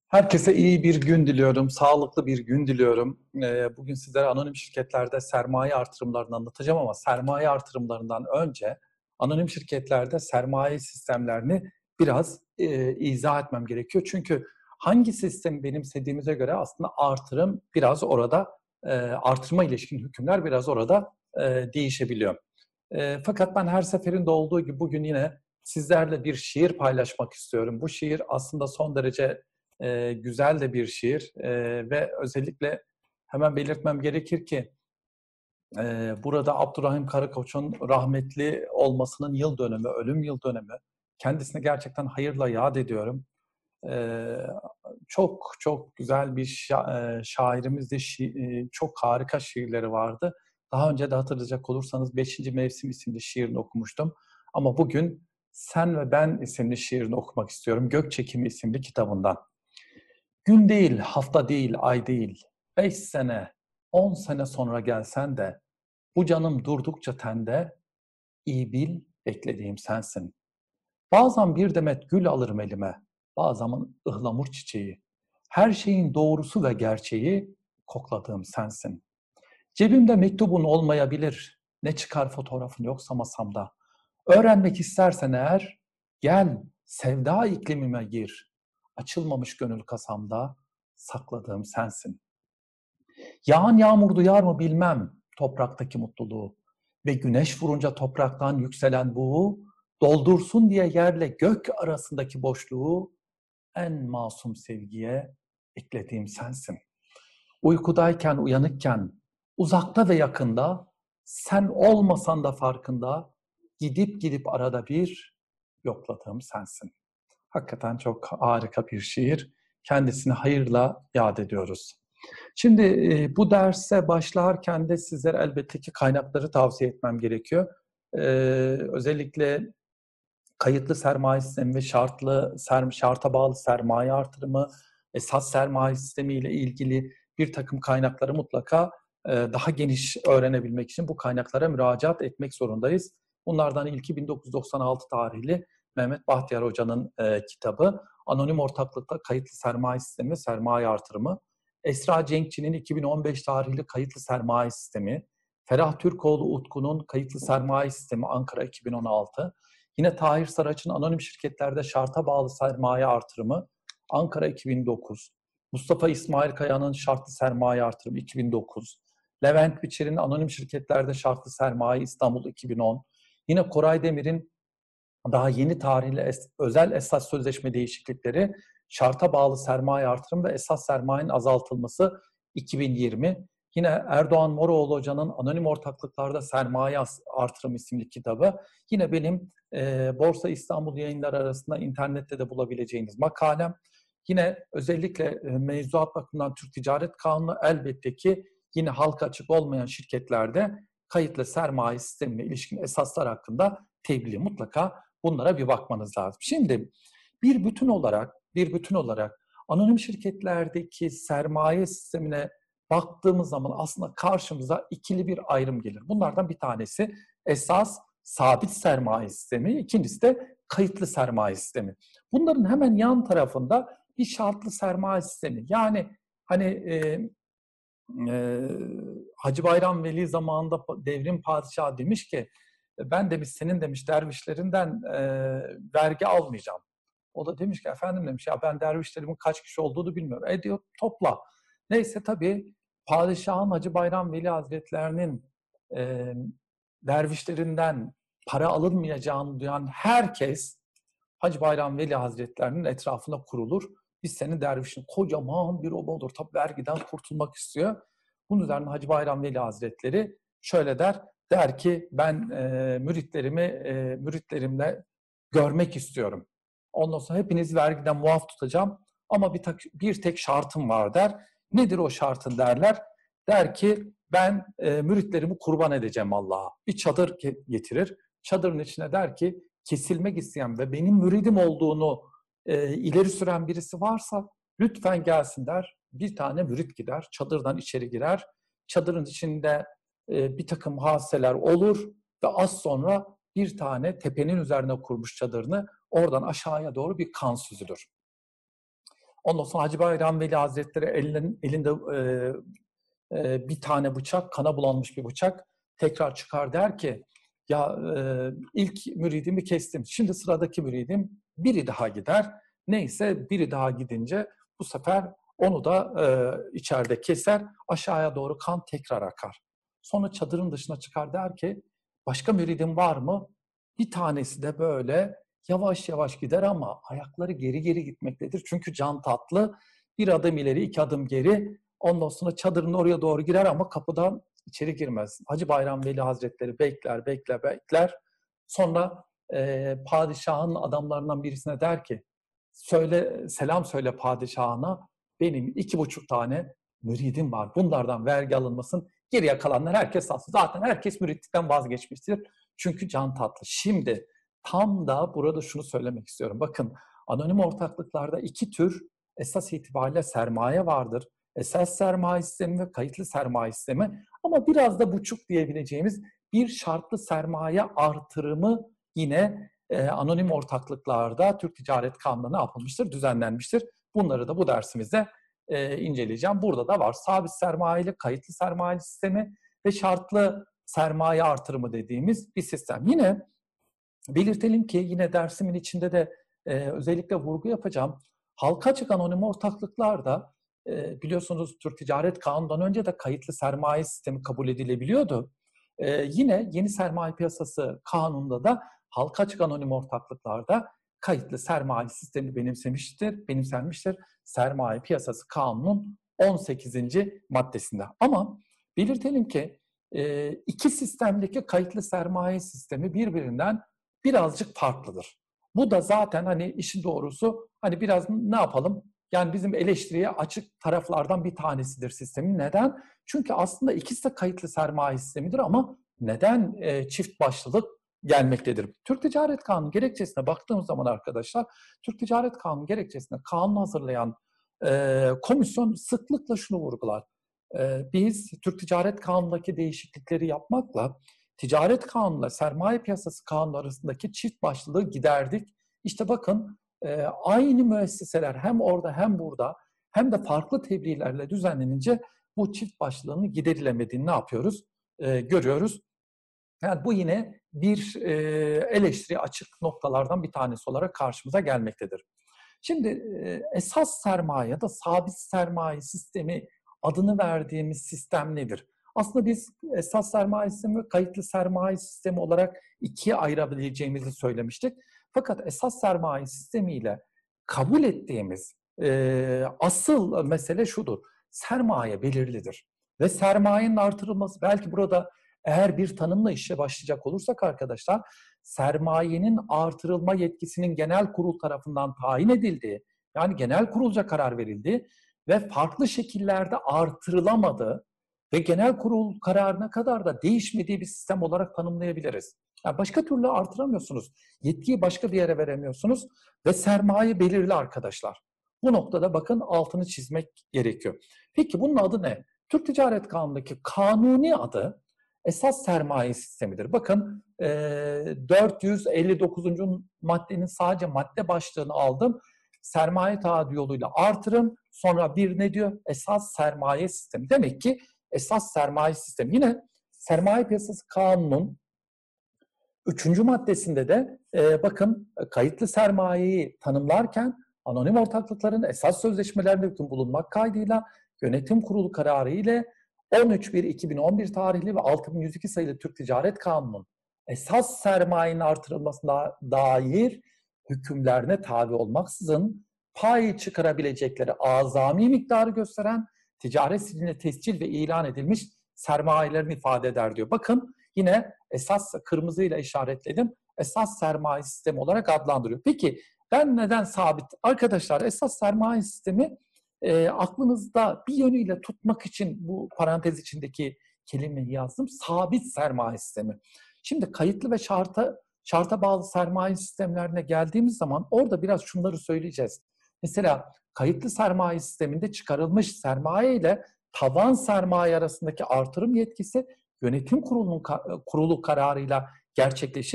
Herkese iyi bir gün diliyorum, sağlıklı bir gün diliyorum. Bugün sizlere anonim şirketlerde sermaye artırımlarını anlatacağım ama sermaye artırımlarından önce anonim şirketlerde sermaye sistemlerini biraz izah etmem gerekiyor. Çünkü hangi sistemi benimsediğimize göre aslında artırım biraz orada, artırıma ilişkin hükümler biraz orada değişebiliyor. Fakat ben her seferinde olduğu gibi bugün yine sizlerle bir şiir paylaşmak istiyorum. Bu şiir aslında son derece güzel de bir şiir ve özellikle hemen belirtmem gerekir ki burada Abdurrahim Karakoç'un rahmetli olmasının yıl dönümü, ölüm yıl dönümü. Kendisini gerçekten hayırla yad ediyorum. E, Çok çok güzel bir şairimizdi. Çok harika şiirleri vardı. Daha önce de hatırlayacak olursanız Beşinci Mevsim isimli şiirini okumuştum. Ama bugün Sen ve Ben isimli şiirini okumak istiyorum. Gökçekimi isimli kitabından. Gün değil, hafta değil, ay değil, 5 sene, 10 sene sonra gelsen de, bu canım durdukça tende, iyi bil, beklediğim sensin. Bazen bir demet gül alırım elime, bazen ıhlamur çiçeği. Her şeyin doğrusu ve gerçeği, kokladığım sensin. Cebimde mektubun olmayabilir, ne çıkar fotoğrafın yoksa masamda. Öğrenmek istersen eğer, gel sevda iklimime gir. Açılmamış gönül kasamda, sakladığım sensin. Yağan yağmur duyar mı bilmem topraktaki mutluluğu ve güneş vurunca topraktan yükselen buğu, doldursun diye yerle gök arasındaki boşluğu en masum sevgiye eklediğim sensin. Uykudayken, uyanıkken, uzakta ve yakında, sen olmasan da farkında, gidip gidip arada bir yokladığım sensin. Hakikaten çok harika bir şiir. Kendisini hayırla yad ediyoruz. Şimdi bu derse başlarken de sizlere elbette ki kaynakları tavsiye etmem gerekiyor. Özellikle kayıtlı sermaye sistemi ve şarta bağlı sermaye artırımı, esas sermaye sistemi ile ilgili bir takım kaynakları mutlaka daha geniş öğrenebilmek için bu kaynaklara müracaat etmek zorundayız. Bunlardan ilki 1996 tarihli Mehmet Bahtiyar Hoca'nın kitabı Anonim Ortaklıkta Kayıtlı Sermaye Sistemi ve Sermaye Artırımı. Esra Cenkçi'nin 2015 tarihli Kayıtlı Sermaye Sistemi, Ferah Türkoğlu Utku'nun Kayıtlı Sermaye Sistemi Ankara 2016, yine Tahir Saraç'ın Anonim Şirketlerde Şarta Bağlı Sermaye Artırımı Ankara 2009, Mustafa İsmail Kaya'nın Şartlı Sermaye Artırımı 2009, Levent Biçer'in Anonim Şirketlerde Şartlı Sermaye İstanbul 2010, yine Koray Demir'in daha yeni tarihli özel esas sözleşme değişiklikleri, şarta bağlı sermaye artırım ve esas sermayenin azaltılması 2020. Yine Erdoğan Moroğlu Hoca'nın Anonim Ortaklıklarda Sermaye Artırım isimli kitabı. Yine benim Borsa İstanbul yayınları arasında internette de bulabileceğiniz makalem. Yine özellikle mevzuat bakımından Türk Ticaret Kanunu, elbette ki yine halka açık olmayan şirketlerde kayıtlı sermaye sistemine ilişkin esaslar hakkında tebliğ, mutlaka bunlara bir bakmanız lazım. Şimdi bir bütün olarak anonim şirketlerdeki sermaye sistemine baktığımız zaman aslında karşımıza ikili bir ayrım gelir. Bunlardan bir tanesi esas sabit sermaye sistemi, ikincisi de kayıtlı sermaye sistemi. Bunların hemen yan tarafında bir şartlı sermaye sistemi. Yani hani Hacı Bayram Veli zamanında devrim padişahı demiş ki, ben demiş senin demiş dervişlerinden vergi almayacağım. O da demiş ki efendim demiş ya ben dervişlerimin kaç kişi olduğunu bilmiyorum. Diyor topla. Neyse tabii padişahın Hacı Bayram Veli Hazretlerinin e, dervişlerinden para alınmayacağını duyan herkes Hacı Bayram Veli Hazretlerinin etrafında kurulur. Biz senin dervişin, kocaman bir oba olur. Tabii vergiden kurtulmak istiyor. Bunun üzerine Hacı Bayram Veli Hazretleri şöyle der ki ben müritlerimle görmek istiyorum. Ondan sonra hepiniz vergiden muaf tutacağım ama bir tek şartım var der. Nedir o şartın derler. Der ki ben müritlerimi kurban edeceğim Allah'a. Bir çadır getirir. Çadırın içine der ki kesilmek isteyen ve benim müridim olduğunu ileri süren birisi varsa lütfen gelsin der. Bir tane mürit gider, çadırdan içeri girer. Çadırın içinde bir takım hadiseler olur ve az sonra bir tane tepenin üzerine kurmuş çadırını, oradan aşağıya doğru bir kan süzülür. Ondan sonra Hacı Bayram Veli Hazretleri elinde bir tane bıçak, kana bulanmış bir bıçak tekrar çıkar der ki ya ilk müridimi kestim. Şimdi sıradaki müridim biri daha gider. Neyse biri daha gidince bu sefer onu da içeride keser. Aşağıya doğru kan tekrar akar. Sonra çadırın dışına çıkar der ki başka müridim var mı? Bir tanesi de böyle yavaş yavaş gider ama ayakları geri geri gitmektedir. Çünkü can tatlı. Bir adım ileri, iki adım geri. Ondan sonra çadırın oraya doğru girer ama kapıdan içeri girmez. Hacı Bayram Veli Hazretleri bekler, bekler, bekler. Sonra padişahın adamlarından birisine der ki, selam söyle padişahına, benim 2,5 tane müridim var. Bunlardan vergi alınmasın. Geriye kalanlar herkes alsın. Zaten herkes müritlikten vazgeçmiştir. Çünkü can tatlı. Şimdi tam da burada şunu söylemek istiyorum. Bakın anonim ortaklıklarda iki tür esas itibariyle sermaye vardır. Esas sermaye sistemi ve kayıtlı sermaye sistemi, ama biraz da buçuk diyebileceğimiz bir şartlı sermaye artırımı yine anonim ortaklıklarda Türk Ticaret Kanunu'na ne yapılmıştır? Düzenlenmiştir. Bunları da bu dersimizde inceleyeceğim. Burada da var. Sabit sermayeli, kayıtlı sermaye sistemi ve şartlı sermaye artırımı dediğimiz bir sistem. Yine belirtelim ki yine dersimin içinde de özellikle vurgu yapacağım. Halka açık anonim ortaklıklarda biliyorsunuz Türk Ticaret Kanunu'ndan önce de kayıtlı sermaye sistemi kabul edilebiliyordu. Yine yeni sermaye piyasası kanununda da halka açık anonim ortaklıklarda kayıtlı sermaye sistemi benimsenmiştir. Sermaye piyasası kanunun 18. maddesinde. Ama belirtelim ki iki sistemdeki kayıtlı sermaye sistemi birbirinden birazcık farklıdır. Bu da zaten hani işin doğrusu hani biraz ne yapalım? Yani bizim eleştiriye açık taraflardan bir tanesidir sistemin. Neden? Çünkü aslında ikisi de kayıtlı sermaye sistemidir ama neden çift başlılık gelmektedir? Türk Ticaret Kanunu gerekçesine baktığımız zaman arkadaşlar, Türk Ticaret Kanunu gerekçesine kanunu hazırlayan komisyon sıklıkla şunu vurgular. Biz Türk Ticaret Kanunu'ndaki değişiklikleri yapmakla Ticaret Kanunu'yla Sermaye Piyasası Kanunu arasındaki çift başlılığı giderdik. İşte bakın aynı müesseseler hem orada hem burada hem de farklı tebliğlerle düzenlenince bu çift başlılığının giderilemediğini ne yapıyoruz? Görüyoruz. Yani bu yine bir eleştiri açık noktalardan bir tanesi olarak karşımıza gelmektedir. Şimdi esas sermaye ya da sabit sermaye sistemi adını verdiğimiz sistem nedir? Aslında biz esas sermaye sistemi ve kayıtlı sermaye sistemi olarak ikiye ayırabileceğimizi söylemiştik. Fakat esas sermaye sistemiyle kabul ettiğimiz asıl mesele şudur. Sermaye belirlidir. Ve sermayenin artırılması, belki burada eğer bir tanımla işe başlayacak olursak arkadaşlar, sermayenin artırılma yetkisinin genel kurul tarafından tayin edildiği, yani genel kurulca karar verildiği ve farklı şekillerde artırılamadığı ve genel kurul kararına kadar da değişmediği bir sistem olarak tanımlayabiliriz. Yani başka türlü artıramıyorsunuz. Yetkiyi başka bir yere veremiyorsunuz ve sermaye belirli arkadaşlar. Bu noktada bakın altını çizmek gerekiyor. Peki bunun adı ne? Türk Ticaret Kanunu'ndaki kanuni adı esas sermaye sistemidir. Bakın 459. maddenin sadece madde başlığını aldım. Sermaye taahhüdü yoluyla artırım, sonra bir ne diyor? Esas sermaye sistemi. Demek ki esas sermaye sistemi. Yine Sermaye Piyasası Kanunu'nun 3. maddesinde de bakın kayıtlı sermayeyi tanımlarken anonim ortaklıkların esas sözleşmelerinde hüküm bulunmak kaydıyla yönetim kurulu kararı ile 13.1.2011 tarihli ve 6102 sayılı Türk Ticaret Kanunu'nun esas sermayenin artırılmasına dair hükümlerine tabi olmaksızın pay çıkarabilecekleri azami miktarı gösteren ticaret siciline tescil ve ilan edilmiş sermayelerini ifade eder diyor. Bakın yine esas kırmızıyla işaretledim. Esas sermaye sistemi olarak adlandırıyor. Peki ben neden sabit? Arkadaşlar esas sermaye sistemi aklınızda bir yönüyle tutmak için bu parantez içindeki kelimeyi yazdım. Sabit sermaye sistemi. Şimdi kayıtlı ve şarta bağlı sermaye sistemlerine geldiğimiz zaman orada biraz şunları söyleyeceğiz. Mesela kayıtlı sermaye sisteminde çıkarılmış sermaye ile tavan sermaye arasındaki artırım yetkisi yönetim kurulu kararıyla gerçekleşir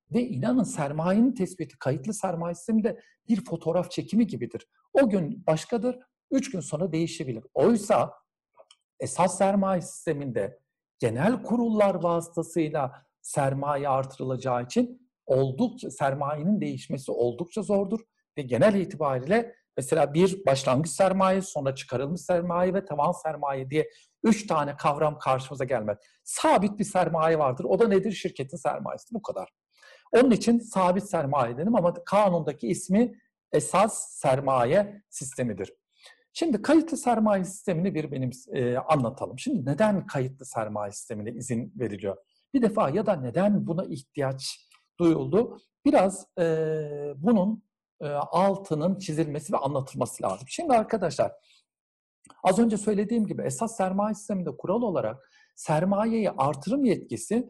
Ve inanın sermayenin tespiti kayıtlı sermaye sisteminde bir fotoğraf çekimi gibidir. O gün başkadır, 3 gün sonra değişebilir. Oysa esas sermaye sisteminde genel kurullar vasıtasıyla sermaye artırılacağı için oldukça sermayenin değişmesi oldukça zordur ve genel itibariyle mesela bir başlangıç sermaye, sonra çıkarılmış sermaye ve tavan sermaye diye 3 tane kavram karşımıza gelmez. Sabit bir sermaye vardır. O da nedir? Şirketin sermayesi. Bu kadar. Onun için sabit sermaye dedim ama kanundaki ismi esas sermaye sistemidir. Şimdi kayıtlı sermaye sistemini anlatalım. Şimdi neden kayıtlı sermaye sistemine izin veriliyor? Bir defa ya da neden buna ihtiyaç duyuldu? Biraz bunun altının çizilmesi ve anlatılması lazım. Şimdi arkadaşlar az önce söylediğim gibi esas sermaye sisteminde kural olarak sermayeyi artırım yetkisi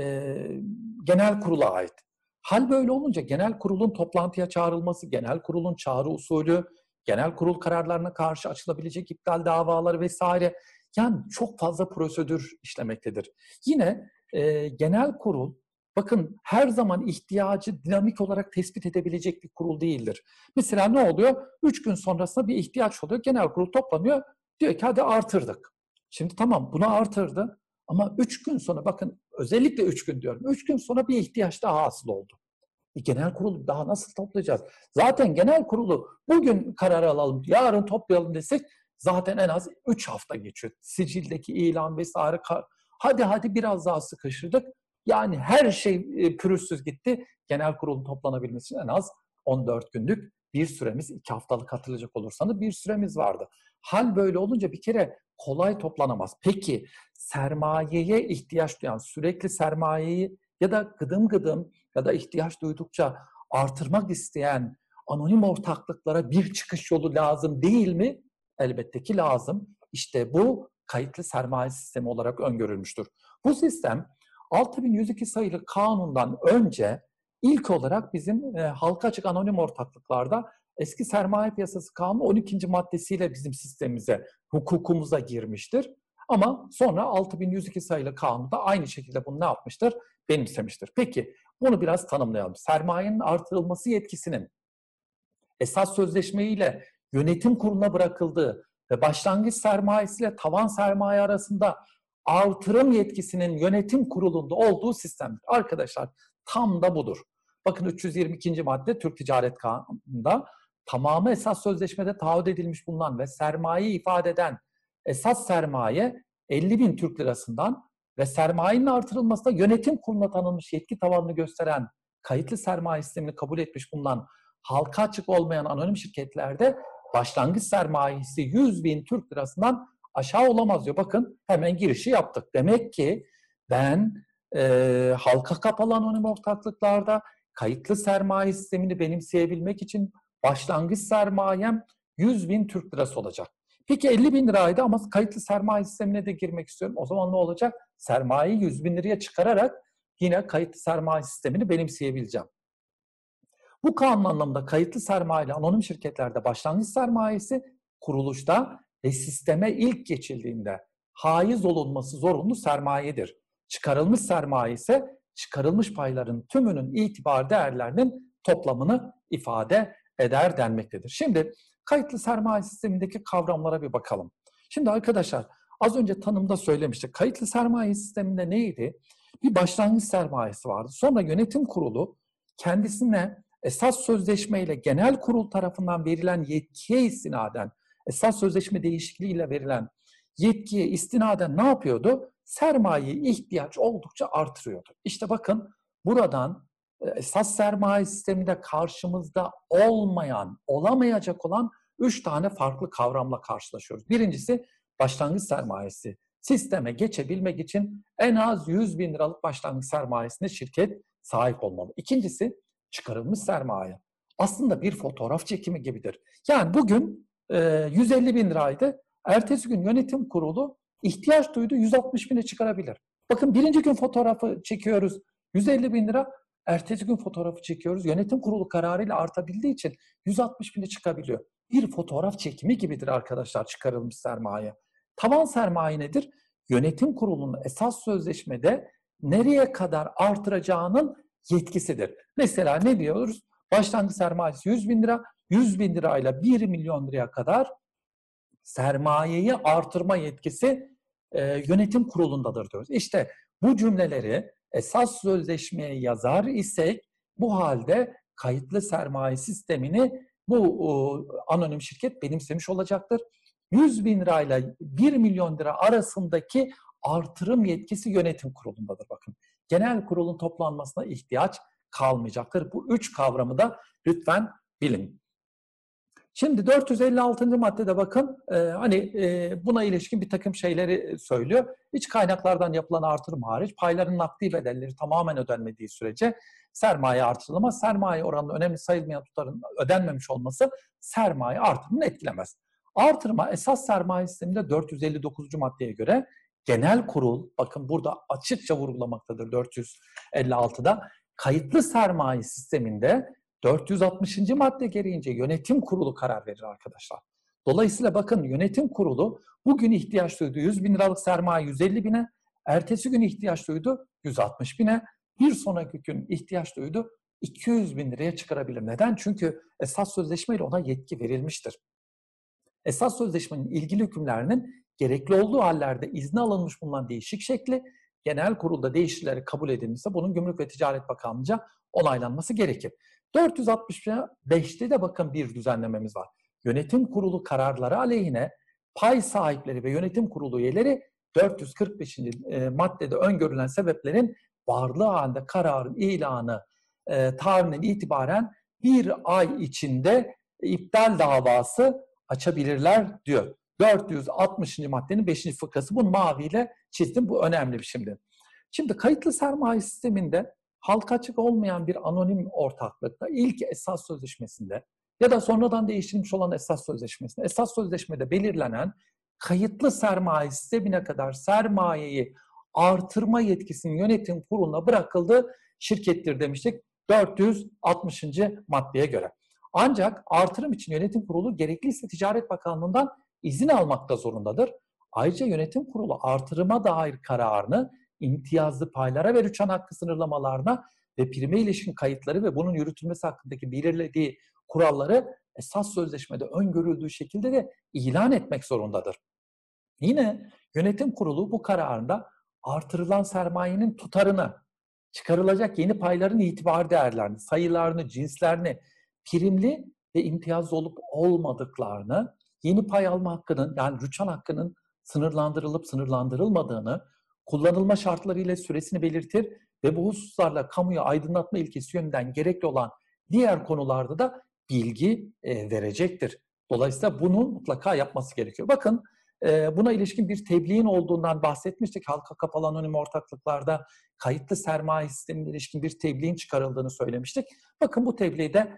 genel kurula ait. Hal böyle olunca genel kurulun toplantıya çağrılması, genel kurulun çağrı usulü, genel kurul kararlarına karşı açılabilecek iptal davaları vesaire, yani çok fazla prosedür işlemektedir. Yine genel kurul, bakın her zaman ihtiyacı dinamik olarak tespit edebilecek bir kurul değildir. Mesela ne oluyor? 3 gün sonrasında bir ihtiyaç oluyor, genel kurul toplanıyor, diyor ki hadi artırdık. Şimdi tamam bunu artırdı ama 3 gün sonra, bakın özellikle 3 gün diyorum, 3 gün sonra bir ihtiyaç daha hasıl oldu. Genel kurulu daha nasıl toplayacağız? Zaten genel kurulu bugün karar alalım, yarın toplayalım desek zaten en az 3 hafta geçiyor. Sicildeki ilan vesaire. Hadi biraz daha sıkıştırdık. Yani her şey pürüzsüz gitti. Genel kurulun toplanabilmesi için en az 14 günlük bir süremiz, 2 haftalık hatırlayacak olursanız bir süremiz vardı. Hal böyle olunca bir kere kolay toplanamaz. Peki sermayeye ihtiyaç duyan, sürekli sermayeyi ya da gıdım gıdım ya da ihtiyaç duydukça artırmak isteyen anonim ortaklıklara bir çıkış yolu lazım değil mi? Elbette ki lazım. İşte bu kayıtlı sermaye sistemi olarak öngörülmüştür. Bu sistem 6102 sayılı kanundan önce ilk olarak bizim halka açık anonim ortaklıklarda eski sermaye piyasası kanunu 12. maddesiyle bizim sistemimize, hukukumuza girmiştir. Ama sonra 6102 sayılı kanunda aynı şekilde bunu ne yapmıştır? Benimsemiştir. Peki bunu biraz tanımlayalım. Sermayenin artırılması yetkisinin esas sözleşmeyle yönetim kuruluna bırakıldığı ve başlangıç sermayesiyle tavan sermaye arasında artırım yetkisinin yönetim kurulunda olduğu sistemdir. Arkadaşlar tam da budur. Bakın 322. madde Türk Ticaret Kanunu'nda tamamı esas sözleşmede taahhüt edilmiş bulunan ve sermaye ifade eden esas sermaye 50.000 Türk lirasından ve sermayenin artırılmasında yönetim kuruluna tanınmış yetki tavanını gösteren kayıtlı sermaye sistemini kabul etmiş bulunan halka açık olmayan anonim şirketlerde başlangıç sermayesi 100.000 Türk lirasından aşağı olamaz diyor. Bakın hemen girişi yaptık. Demek ki ben halka kapalı anonim ortaklıklarda kayıtlı sermaye sistemini benimseyebilmek için başlangıç sermayem 100.000 Türk lirası olacak. Peki 50.000 liraydı ama kayıtlı sermaye sistemine de girmek istiyorum. O zaman ne olacak? Sermayeyi 100.000 liraya çıkararak yine kayıtlı sermaye sistemini benimseyebileceğim. Bu kanun anlamında kayıtlı sermaye ile anonim şirketlerde başlangıç sermayesi kuruluşta ve sisteme ilk geçildiğinde haiz olunması zorunlu sermayedir. Çıkarılmış sermaye ise çıkarılmış payların tümünün itibar değerlerinin toplamını ifade eder denmektedir. Şimdi kayıtlı sermaye sistemindeki kavramlara bir bakalım. Şimdi arkadaşlar az önce tanımda söylemiştik. Kayıtlı sermaye sisteminde neydi? Bir başlangıç sermayesi vardı. Sonra yönetim kurulu kendisine esas sözleşmeyle genel kurul tarafından verilen yetkiye istinaden, esas sözleşme değişikliğiyle verilen yetkiye istinaden ne yapıyordu? Sermayeyi ihtiyaç oldukça artırıyordu. İşte bakın buradan esas sermaye sisteminde karşımızda olmayan, olamayacak olan 3 tane farklı kavramla karşılaşıyoruz. Birincisi başlangıç sermayesi. Sisteme geçebilmek için en az 100.000 liralık başlangıç sermayesine şirket sahip olmalı. İkincisi çıkarılmış sermaye. Aslında bir fotoğraf çekimi gibidir. Yani bugün 150.000 liraydı. Ertesi gün yönetim kurulu ihtiyaç duydu 160.000'e çıkarabilir. Bakın birinci gün fotoğrafı çekiyoruz 150.000 lira. Ertesi gün fotoğrafı çekiyoruz. Yönetim kurulu kararıyla artabildiği için 160.000'e çıkabiliyor. Bir fotoğraf çekimi gibidir arkadaşlar çıkarılmış sermaye. Tavan sermaye nedir? Yönetim kurulunun esas sözleşmede nereye kadar artıracağının yetkisidir. Mesela ne diyoruz? Başlangıç sermayesi 100 bin lira, 100 bin lirayla 1 milyon liraya kadar sermayeyi artırma yetkisi yönetim kurulundadır diyoruz. İşte bu cümleleri esas sözleşmeye yazar isek bu halde kayıtlı sermaye sistemini bu anonim şirket benimsemiş olacaktır. 100 bin lirayla 1 milyon lira arasındaki artırım yetkisi yönetim kurulundadır. Bakın, genel kurulun toplanmasına ihtiyaç kalmayacaktır. Bu üç kavramı da lütfen bilin. Şimdi 456. maddede bakın buna ilişkin bir takım şeyleri söylüyor. İç kaynaklardan yapılan artırım hariç payların nakdi bedelleri tamamen ödenmediği sürece sermaye artırılamaz. Sermaye oranında önemli sayılmayan tutarın ödenmemiş olması sermaye artırımını etkilemez. Artırma esas sermaye sisteminde 459. maddeye göre genel kurul, bakın burada açıkça vurgulamaktadır 456'da, kayıtlı sermaye sisteminde 460. madde gereğince yönetim kurulu karar verir arkadaşlar. Dolayısıyla bakın, yönetim kurulu bugün ihtiyaç duyduğu 100 bin liralık sermaye 150 bine, ertesi gün ihtiyaç duydu 160 bine, bir sonraki gün ihtiyaç duydu 200 bin liraya çıkarabilir. Neden? Çünkü esas sözleşmeyle ona yetki verilmiştir. Esas sözleşmenin ilgili hükümlerinin gerekli olduğu hallerde izni alınmış bulunan değişik şekli genel kurulda değiştirilerek kabul edilmişse bunun Gümrük ve Ticaret Bakanlığı'nca onaylanması gerekir. 465'te de bakın bir düzenlememiz var. Yönetim kurulu kararları aleyhine pay sahipleri ve yönetim kurulu üyeleri 445. maddede öngörülen sebeplerin varlığı halinde kararın ilanı tarihinden itibaren bir ay içinde iptal davası açabilirler diyor. 460. maddenin 5. fıkrası. Bunu maviyle çizdim. Bu önemli bir şimdi. Şimdi kayıtlı sermaye sisteminde halka açık olmayan bir anonim ortaklıkta ilk esas sözleşmesinde ya da sonradan değiştirilmiş olan esas sözleşmesinde, esas sözleşmede belirlenen kayıtlı sermaye sistemine kadar sermayeyi artırma yetkisinin yönetim kuruluna bırakıldığı şirkettir demiştik 460. maddeye göre. Ancak artırım için yönetim kurulu gerekliyse Ticaret Bakanlığı'ndan izin almakta zorundadır. Ayrıca yönetim kurulu artırıma dair kararını imtiyazlı paylara ve rüçhan hakkı sınırlamalarına ve prime ilişkin kayıtları ve bunun yürütülmesi hakkındaki belirlediği kuralları esas sözleşmede öngörüldüğü şekilde de ilan etmek zorundadır. Yine yönetim kurulu bu kararında artırılan sermayenin tutarını, çıkarılacak yeni payların itibar değerlerini, sayılarını, cinslerini, primli ve imtiyazlı olup olmadıklarını, yeni pay alma hakkının yani rüçhan hakkının sınırlandırılıp sınırlandırılmadığını, kullanılma şartları ile süresini belirtir ve bu hususlarla kamuya aydınlatma ilkesi yönünden gerekli olan diğer konularda da bilgi verecektir. Dolayısıyla bunu mutlaka yapması gerekiyor. Bakın, buna ilişkin bir tebliğin olduğundan bahsetmiştik. Halka kapalı anonim ortaklıklarda kayıtlı sermaye sistemine ilişkin bir tebliğin çıkarıldığını söylemiştik. Bakın bu tebliğde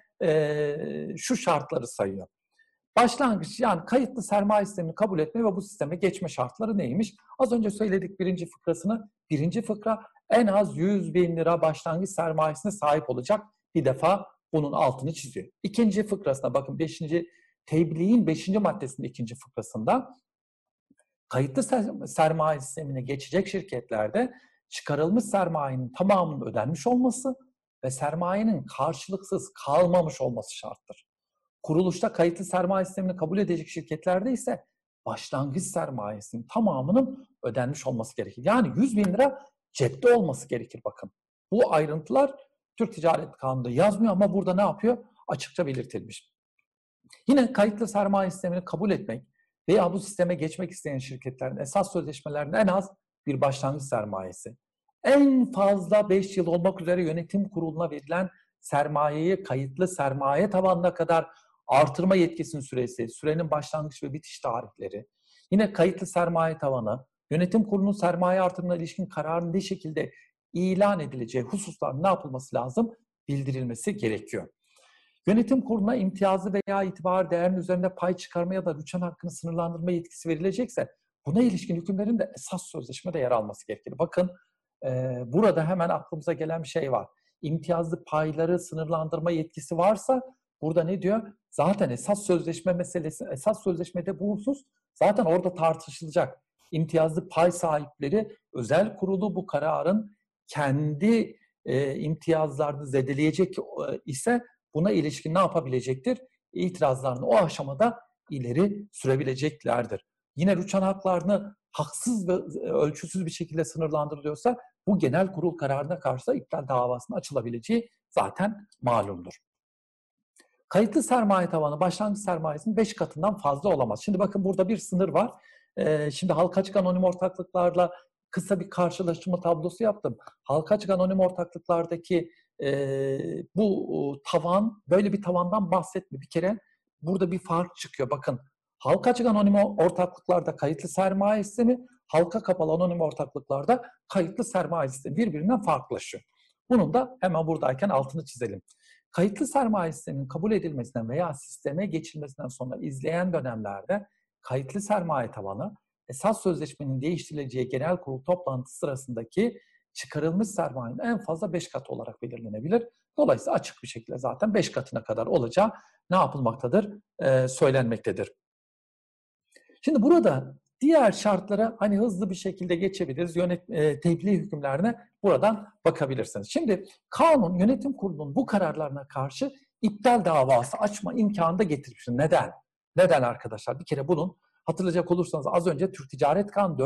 şu şartları sayıyor. Başlangıç, yani kayıtlı sermaye sistemini kabul etme ve bu sisteme geçme şartları neymiş? Az önce söyledik birinci fıkrasını. Birinci fıkra, en az 100 bin lira başlangıç sermayesine sahip olacak. Bir defa bunun altını çiziyor. İkinci fıkrasına bakın, tebliğin 5. maddesinin ikinci fıkrasında kayıtlı sermaye sistemine geçecek şirketlerde çıkarılmış sermayenin tamamının ödenmiş olması ve sermayenin karşılıksız kalmamış olması şarttır. Kuruluşta kayıtlı sermaye sistemini kabul edecek şirketlerde ise başlangıç sermayesinin tamamının ödenmiş olması gerekir. Yani 100 bin lira cepte olması gerekir bakın. Bu ayrıntılar Türk Ticaret Kanunu'nda yazmıyor ama burada ne yapıyor? Açıkça belirtilmiş. Yine kayıtlı sermaye sistemini kabul etmek veya bu sisteme geçmek isteyen şirketlerin esas sözleşmelerinde en az bir başlangıç sermayesi, en fazla 5 yıl olmak üzere yönetim kuruluna verilen sermayeyi kayıtlı sermaye tabanına kadar artırma yetkisinin süresi, sürenin başlangıç ve bitiş tarihleri, yine kayıtlı sermaye tavanı, yönetim kurulunun sermaye artırımına ilişkin kararın ne şekilde ilan edileceği hususlar ne yapılması lazım? Bildirilmesi gerekiyor. Yönetim kuruluna imtiyazlı veya itibar değerinin üzerinde pay çıkarma ya da rüçhan hakkını sınırlandırma yetkisi verilecekse buna ilişkin hükümlerin de esas sözleşmede yer alması gerekir. Bakın, burada hemen aklımıza gelen bir şey var. İmtiyazlı payları sınırlandırma yetkisi varsa burada ne diyor? Zaten esas sözleşme meselesi, esas sözleşmede bu husus zaten orada tartışılacak. İmtiyazlı pay sahipleri özel kurulu bu kararın kendi imtiyazlarını zedeleyecek ise buna ilişkin ne yapabilecektir? İtirazlarını o aşamada ileri sürebileceklerdir. Yine rüçhan haklarını haksız ve ölçüsüz bir şekilde sınırlandırılıyorsa bu genel kurul kararına karşı da iptal davasının açılabileceği zaten malumdur. Kayıtlı sermaye tavanı başlangıç sermayesinin 5 katından fazla olamaz. Şimdi bakın burada bir sınır var. Şimdi halka açık anonim ortaklıklarla kısa bir karşılaştırma tablosu yaptım. Halka açık anonim ortaklıklardaki bu tavan böyle bir tavandan bahsetmiyor. Bir kere burada bir fark çıkıyor. Bakın halka açık anonim ortaklıklarda kayıtlı sermaye sistemi, halka kapalı anonim ortaklıklarda kayıtlı sermaye sistemi birbirinden farklılaşıyor. Bunun da hemen buradayken altını çizelim. Kayıtlı sermaye sisteminin kabul edilmesinden veya sisteme geçilmesinden sonra izleyen dönemlerde kayıtlı sermaye tavanı esas sözleşmenin değiştirileceği genel kurul toplantısı sırasındaki çıkarılmış sermayenin en fazla 5 katı olarak belirlenebilir. Dolayısıyla açık bir şekilde zaten 5 katına kadar olacağı ne yapılmaktadır? Söylenmektedir. Şimdi burada diğer şartlara hani hızlı bir şekilde geçebiliriz. Tebliğ hükümlerine buradan bakabilirsiniz. Şimdi kanun yönetim kurulunun bu kararlarına karşı iptal davası açma imkanı da getirmiştir. Neden? Neden arkadaşlar? Bir kere bunun hatırlayacak olursanız az önce Türk Ticaret Kanunu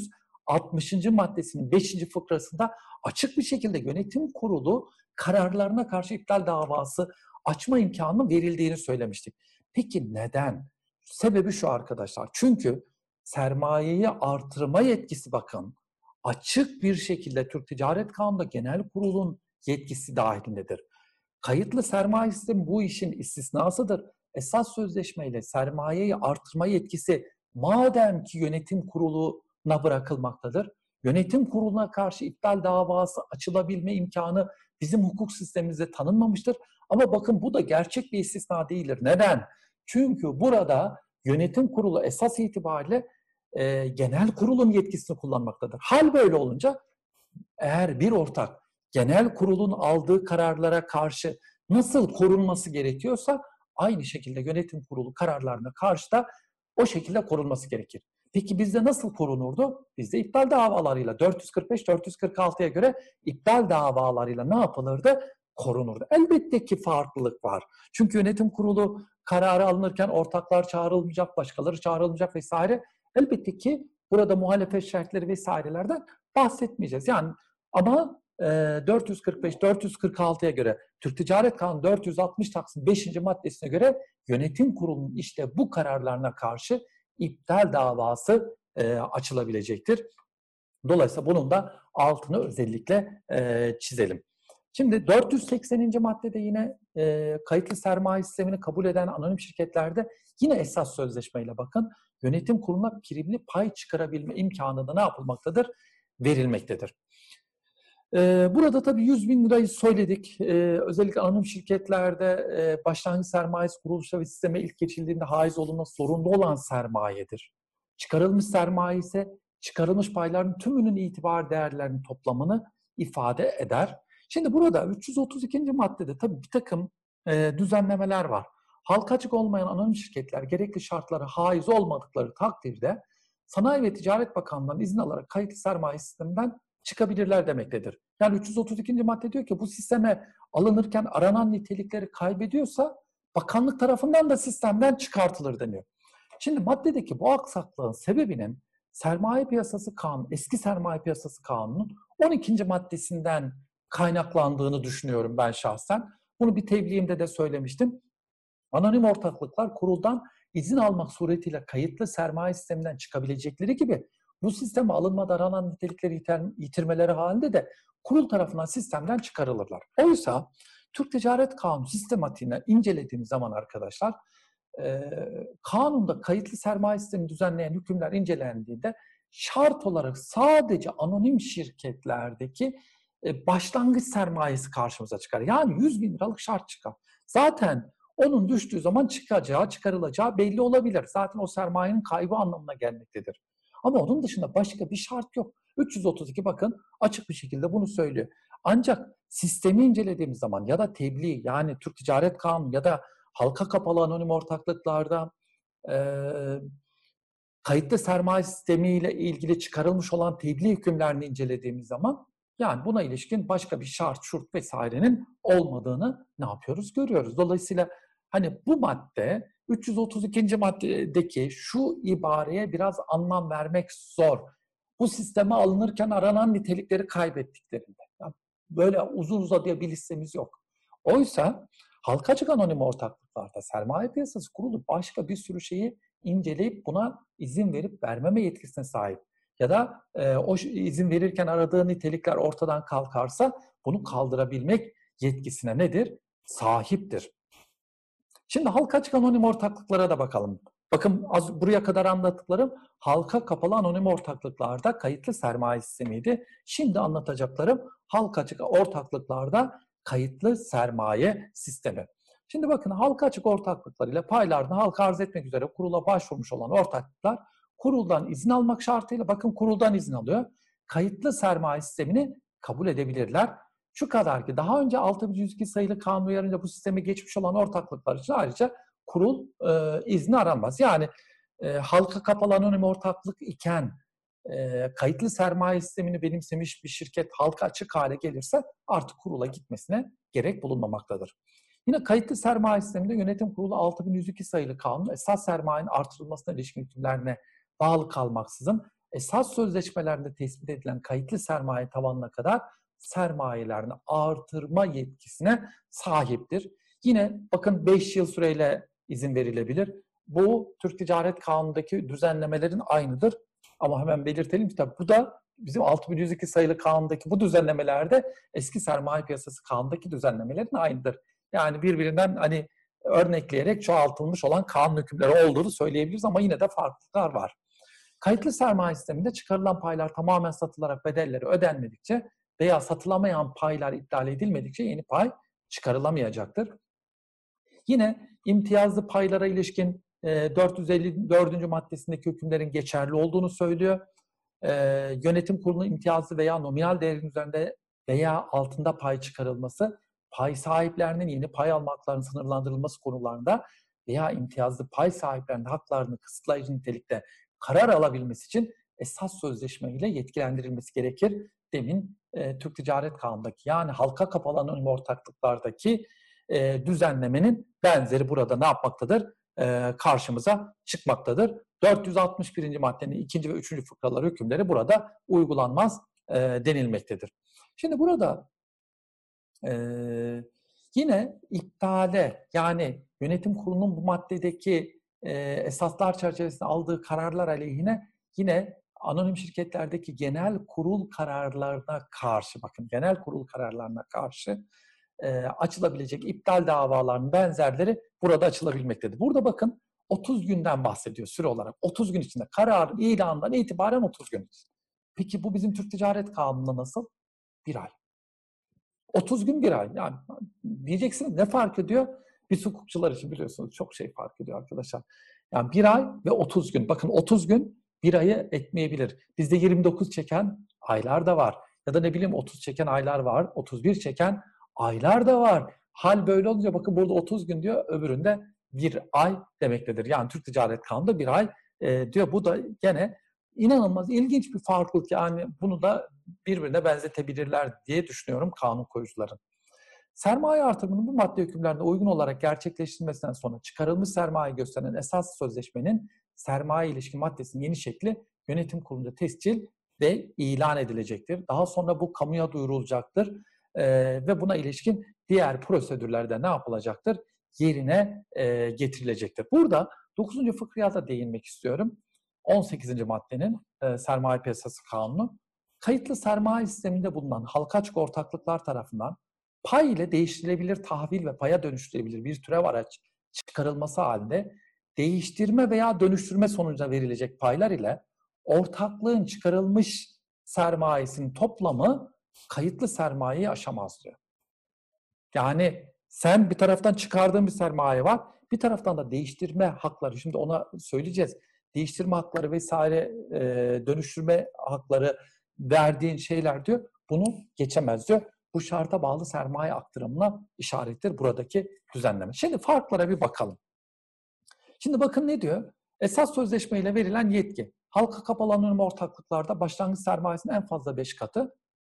460. maddesinin 5. fıkrasında açık bir şekilde yönetim kurulu kararlarına karşı iptal davası açma imkanının verildiğini söylemiştik. Peki neden? Sebebi şu arkadaşlar. Çünkü sermayeyi artırma yetkisi bakın açık bir şekilde Türk Ticaret Kanunu'nda genel kurulun yetkisi dahilindedir. Kayıtlı sermaye sistemi bu işin istisnasıdır. Esas sözleşmeyle sermayeyi artırma yetkisi madem ki yönetim kuruluna bırakılmaktadır, yönetim kuruluna karşı iptal davası açılabilme imkanı bizim hukuk sistemimizde tanınmamıştır. Ama bakın bu da gerçek bir istisna değildir. Neden? Çünkü burada yönetim kurulu esas itibariyle genel kurulun yetkisini kullanmaktadır. Hal böyle olunca eğer bir ortak genel kurulun aldığı kararlara karşı nasıl korunması gerekiyorsa aynı şekilde yönetim kurulu kararlarına karşı da o şekilde korunması gerekir. Peki bizde nasıl korunurdu? Bizde iptal davalarıyla 445-446'ya göre iptal davalarıyla ne yapılırdı? Korunurdu. Elbette ki farklılık var. Çünkü yönetim kurulu kararı alınırken ortaklar çağrılmayacak, başkaları çağrılmayacak vesaire. Elbette ki burada muhalefet şartları vesairelerden bahsetmeyeceğiz. Yani ama 445-446'ya göre Türk Ticaret Kanunu 460 Taksim 5. maddesine göre yönetim kurulunun işte bu kararlarına karşı iptal davası açılabilecektir. Dolayısıyla bunun da altını özellikle çizelim. Şimdi 480. maddede yine kayıtlı sermaye sistemini kabul eden anonim şirketlerde yine esas sözleşmeyle bakın yönetim kuruluna primli pay çıkarabilme imkanı da ne yapılmaktadır? Verilmektedir. Burada tabii 100.000 lirayı söyledik. Özellikle anonim şirketlerde başlangıç sermayesi kuruluşa ve sisteme ilk geçildiğinde haiz olunması zorunda olan sermayedir. Çıkarılmış sermaye ise çıkarılmış payların tümünün itibar değerlerinin toplamını ifade eder. Şimdi burada 332. maddede tabii bir takım düzenlemeler var. Halka açık olmayan anonim şirketler gerekli şartlara haiz olmadıkları takdirde Sanayi ve Ticaret Bakanlığı'ndan izin alarak kayıtlı sermaye sisteminden çıkabilirler demektedir. Yani 332. madde diyor ki bu sisteme alınırken aranan nitelikleri kaybediyorsa bakanlık tarafından da sistemden çıkartılır deniyor. Şimdi maddedeki bu aksaklığın sebebinin Sermaye Piyasası Kanunu, eski Sermaye Piyasası Kanunu'nun 12. maddesinden kaynaklandığını düşünüyorum ben şahsen. Bunu bir tebliğimde de söylemiştim. Anonim ortaklıklar kuruldan izin almak suretiyle kayıtlı sermaye sisteminden çıkabilecekleri gibi bu sisteme alınmada aranan nitelikleri yitirmeleri halinde de kurul tarafından sistemden çıkarılırlar. Oysa Türk Ticaret Kanunu sistematiğini incelediğimiz zaman arkadaşlar kanunda kayıtlı sermaye sistemi düzenleyen hükümler incelendiğinde şart olarak sadece anonim şirketlerdeki başlangıç sermayesi karşımıza çıkar. Yani 100.000 liralık şart çıkar. Zaten onun düştüğü zaman çıkarılacağı belli olabilir. Zaten o sermayenin kaybı anlamına gelmektedir. Ama onun dışında başka bir şart yok. 332 bakın açık bir şekilde bunu söylüyor. Ancak sistemi incelediğimiz zaman ya da tebliğ yani Türk Ticaret Kanunu ya da halka kapalı anonim ortaklıklarda kayıtlı sermaye sistemiyle ilgili çıkarılmış olan tebliğ hükümlerini incelediğimiz zaman Yani buna ilişkin başka bir şart, şurt vesairenin olmadığını ne yapıyoruz? Görüyoruz. Dolayısıyla hani bu madde 332. maddedeki şu ibareye biraz anlam vermek zor. Bu sisteme alınırken aranan nitelikleri kaybettiklerinde. Yani böyle uzun uzadıya bir listemiz yok. Oysa halka açık anonim ortaklıklarda sermaye piyasası kurulu başka bir sürü şeyi inceleyip buna izin verip vermeme yetkisine sahip. Ya da o izin verirken aradığı nitelikler ortadan kalkarsa bunu kaldırabilmek yetkisine nedir? Sahiptir. Şimdi halka açık anonim ortaklıklara da bakalım. Bakın buraya kadar anlattıklarım halka kapalı anonim ortaklıklarda kayıtlı sermaye sistemiydi. Şimdi anlatacaklarım halka açık ortaklıklarda kayıtlı sermaye sistemi. Şimdi bakın halka açık ortaklıklar ile paylarını halka arz etmek üzere kurula başvurmuş olan ortaklıklar kuruldan izin almak şartıyla, bakın kuruldan izin alıyor, kayıtlı sermaye sistemini kabul edebilirler. Şu kadar ki daha önce 6102 sayılı kanun uyarınca bu sisteme geçmiş olan ortaklıklar için ayrıca kurul izni aranmaz. Yani halka kapalı anonim ortaklık iken kayıtlı sermaye sistemini benimsemiş bir şirket halka açık hale gelirse artık kurula gitmesine gerek bulunmamaktadır. Yine kayıtlı sermaye sisteminde yönetim kurulu 6102 sayılı kanun esas sermayenin artırılmasına ilişkin hükümlerine bağlı kalmaksızın esas sözleşmelerde tespit edilen kayıtlı sermaye tavanına kadar sermayelerini artırma yetkisine sahiptir. Yine bakın 5 yıl süreyle izin verilebilir. Bu Türk Ticaret Kanunu'ndaki düzenlemelerin aynıdır. Ama hemen belirtelim ki tabii bu da bizim 6102 sayılı kanundaki bu düzenlemelerde eski sermaye piyasası kanundaki düzenlemelerin aynıdır. Yani birbirinden hani örnekleyerek çoğaltılmış olan kanun hükümleri olduğunu söyleyebiliriz ama yine de farklılıklar var. Kayıtlı sermaye sisteminde çıkarılan paylar tamamen satılarak bedelleri ödenmedikçe veya satılamayan paylar iptal edilmedikçe yeni pay çıkarılamayacaktır. Yine imtiyazlı paylara ilişkin 454. maddesindeki hükümlerin geçerli olduğunu söylüyor. Yönetim kurulunun imtiyazlı veya nominal değerin üzerinde veya altında pay çıkarılması, pay sahiplerinin yeni pay alma haklarının sınırlandırılması konularında veya imtiyazlı pay sahiplerinin haklarını kısıtlayıcı nitelikte karar alabilmesi için esas sözleşme ile yetkilendirilmesi gerekir. Demin Türk Ticaret Kanunu'ndaki yani halka kapalı anonim ortaklıklardaki düzenlemenin benzeri burada ne yapmaktadır? Karşımıza çıkmaktadır. 461. maddenin 2. ve 3. fıkraları hükümleri burada uygulanmaz denilmektedir. Şimdi burada yine iptale yani yönetim kurulunun bu maddedeki esaslar çerçevesinde aldığı kararlar aleyhine yine anonim şirketlerdeki genel kurul kararlarına karşı, bakın genel kurul kararlarına karşı açılabilecek iptal davalarının benzerleri burada açılabilmektedir. Burada bakın 30 günden bahsediyor süre olarak. 30 gün içinde karar ilanından itibaren 30 gün için. Peki bu bizim Türk Ticaret Kanunu'nda nasıl? Bir ay. 30 gün bir ay. Yani diyeceksiniz ne fark ediyor? Biz hukukçular için biliyorsunuz çok şey fark ediyor arkadaşlar. Yani bir ay ve 30 gün. Bakın 30 gün bir ayı etmeyebilir. Bizde 29 çeken aylar da var. Ya da ne bileyim 30 çeken aylar var. 31 çeken aylar da var. Hal böyle olunca bakın burada 30 gün diyor, öbüründe bir ay demektedir. Yani Türk Ticaret Kanunu'nda bir ay diyor. Bu da gene inanılmaz ilginç bir farklılık. Yani bunu da birbirine benzetebilirler diye düşünüyorum kanun koyucuların. Sermaye artırımının bu madde hükümlerine uygun olarak gerçekleştirilmesinden sonra çıkarılmış sermaye gösteren esas sözleşmenin sermaye ilişkin maddesinin yeni şekli yönetim kurulunca tescil ve ilan edilecektir. Daha sonra bu kamuya duyurulacaktır ve buna ilişkin diğer prosedürlerde ne yapılacaktır? Yerine getirilecektir. Burada 9. fıkraya da değinmek istiyorum. 18. maddenin sermaye piyasası kanunu, kayıtlı sermaye sisteminde bulunan halka açık ortaklıklar tarafından pay ile değiştirilebilir tahvil ve paya dönüştürülebilir bir türev araç çıkarılması halinde değiştirme veya dönüştürme sonucunda verilecek paylar ile ortaklığın çıkarılmış sermayesinin toplamı kayıtlı sermayeyi aşamaz diyor. Yani sen bir taraftan çıkardığın bir sermaye var, bir taraftan da değiştirme hakları, şimdi ona söyleyeceğiz. Değiştirme hakları vesaire, dönüştürme hakları verdiğin şeyler diyor, bunu geçemez diyor. Bu şarta bağlı sermaye aktarımına işarettir buradaki düzenleme. Şimdi farklara bir bakalım. Şimdi bakın ne diyor? Esas sözleşmeyle verilen yetki. Halka kapalı anonim ortaklıklarda başlangıç sermayesinin en fazla 5 katı,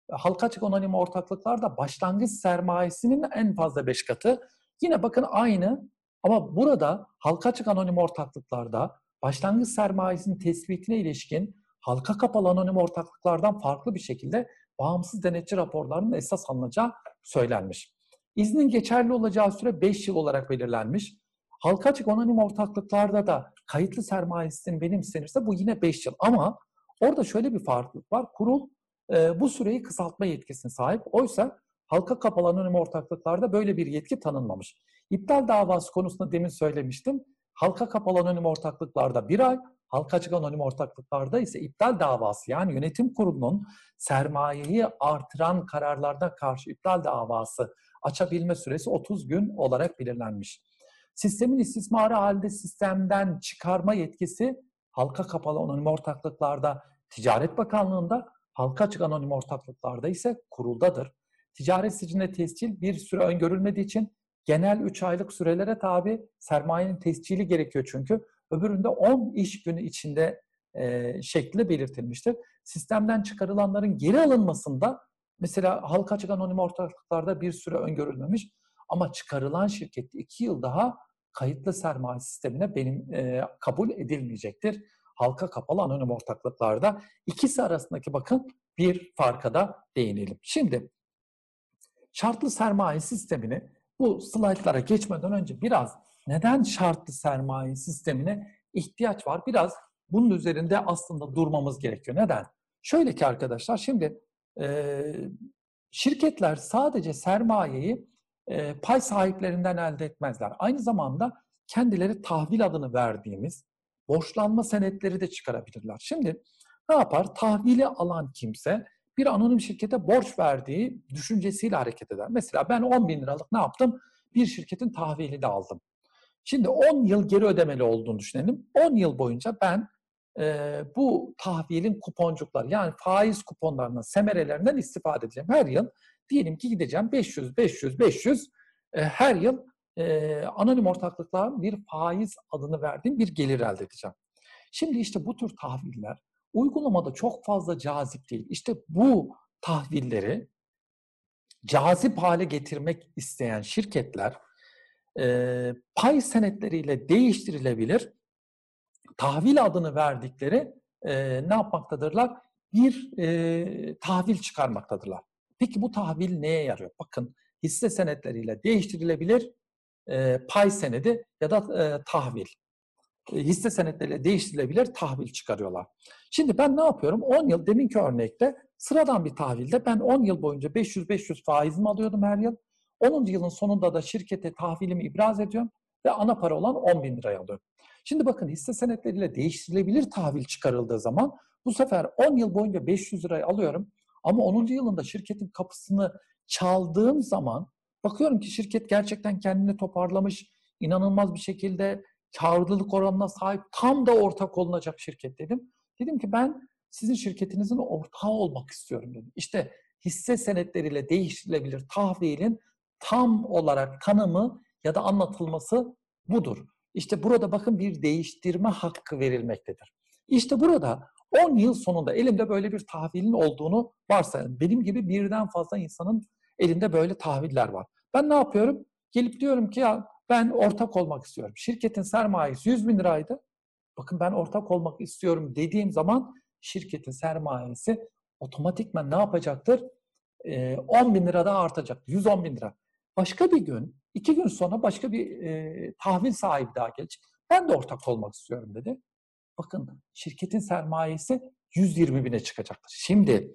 Halka açık anonim ortaklıklarda başlangıç sermayesinin en fazla 5 katı. Yine bakın aynı ama burada halka açık anonim ortaklıklarda başlangıç sermayesinin tespitine ilişkin halka kapalı anonim ortaklıklardan farklı bir şekilde bağımsız denetçi raporlarının esas alınacağı söylenmiş. İznin geçerli olacağı süre 5 yıl olarak belirlenmiş. Halka açık anonim ortaklıklarda da kayıtlı sermaye sistemi benimsenirse bu yine 5 yıl. Ama orada şöyle bir farklılık var. Kurul bu süreyi kısaltma yetkisine sahip. Oysa halka kapalı anonim ortaklıklarda böyle bir yetki tanınmamış. İptal davası konusunda demin söylemiştim. Halka kapalı anonim ortaklıklarda 1 ay, halka açık anonim ortaklıklarda ise iptal davası yani yönetim kurulunun sermayeyi artıran kararlarda karşı iptal davası açabilme süresi 30 gün olarak belirlenmiş. Sistemin istismarı halinde sistemden çıkarma yetkisi halka kapalı anonim ortaklıklarda Ticaret Bakanlığı'nda, halka açık anonim ortaklıklarda ise kuruldadır. Ticaret sicilinde tescil bir süre öngörülmediği için genel 3 aylık sürelere tabi sermayenin tescili gerekiyor çünkü. Öbüründe 10 iş günü içinde şekli belirtilmiştir. Sistemden çıkarılanların geri alınmasında mesela halka açık anonim ortaklıklarda bir süre öngörülmemiş ama çıkarılan şirket 2 yıl daha kayıtlı sermaye sistemine kabul edilmeyecektir. Halka kapalı anonim ortaklıklarda ikisi arasındaki bakın bir farka da değinelim. Şimdi şartlı sermaye sistemini bu slaytlara geçmeden önce biraz neden şartlı sermaye sistemine ihtiyaç var? Biraz bunun üzerinde aslında durmamız gerekiyor. Neden? Şöyle ki arkadaşlar şimdi şirketler sadece sermayeyi pay sahiplerinden elde etmezler. Aynı zamanda kendileri tahvil adını verdiğimiz borçlanma senetleri de çıkarabilirler. Şimdi ne yapar? Tahvili alan kimse bir anonim şirkete borç verdiği düşüncesiyle hareket eder. Mesela ben 10 bin liralık ne yaptım? Bir şirketin tahvilini aldım. Şimdi 10 yıl geri ödemeli olduğunu düşünelim. 10 yıl boyunca ben bu tahvilin kuponcukları yani faiz kuponlarından, semerelerinden istifade edeceğim. Her yıl diyelim ki gideceğim 500 her yıl anonim ortaklıkla bir faiz adını verdiğim bir gelir elde edeceğim. Şimdi işte bu tür tahviller uygulamada çok fazla cazip değil. İşte bu tahvilleri cazip hale getirmek isteyen şirketler pay senetleriyle değiştirilebilir tahvil adını verdikleri ne yapmaktadırlar? Bir tahvil çıkarmaktadırlar. Peki bu tahvil neye yarıyor? Bakın hisse senetleriyle değiştirilebilir pay senedi ya da tahvil. Hisse senetleriyle değiştirilebilir tahvil çıkarıyorlar. Şimdi ben ne yapıyorum? 10 yıl deminki örnekte sıradan bir tahvilde ben 10 yıl boyunca 500 faizimi alıyordum her yıl. 10. yılın sonunda da şirkete tahvilimi ibraz ediyorum ve ana para olan 10 bin liraya alıyorum. Şimdi bakın hisse senetleriyle değiştirilebilir tahvil çıkarıldığı zaman bu sefer 10 yıl boyunca 500 lirayı alıyorum ama 10. yılında şirketin kapısını çaldığım zaman bakıyorum ki şirket gerçekten kendini toparlamış, inanılmaz bir şekilde karlılık oranına sahip tam da ortak olunacak şirket dedim. Dedim ki ben sizin şirketinizin ortağı olmak istiyorum dedim. İşte hisse senetleriyle değiştirilebilir tahvilin tam olarak tanımı ya da anlatılması budur. İşte burada bakın bir değiştirme hakkı verilmektedir. İşte burada 10 yıl sonunda elimde böyle bir tahvilin olduğunu varsayalım. Benim gibi birden fazla insanın elinde böyle tahviller var. Ben ne yapıyorum? Gelip diyorum ki ya ben ortak olmak istiyorum. Şirketin sermayesi 100 bin liraydı. Bakın ben ortak olmak istiyorum dediğim zaman şirketin sermayesi otomatikman ne yapacaktır? 10 bin lira daha artacak. 110 bin lira. Başka bir gün, 2 gün sonra başka bir tahvil sahibi daha gelecek. Ben de ortak olmak istiyorum dedi. Bakın şirketin sermayesi 120 bine çıkacaktır. Şimdi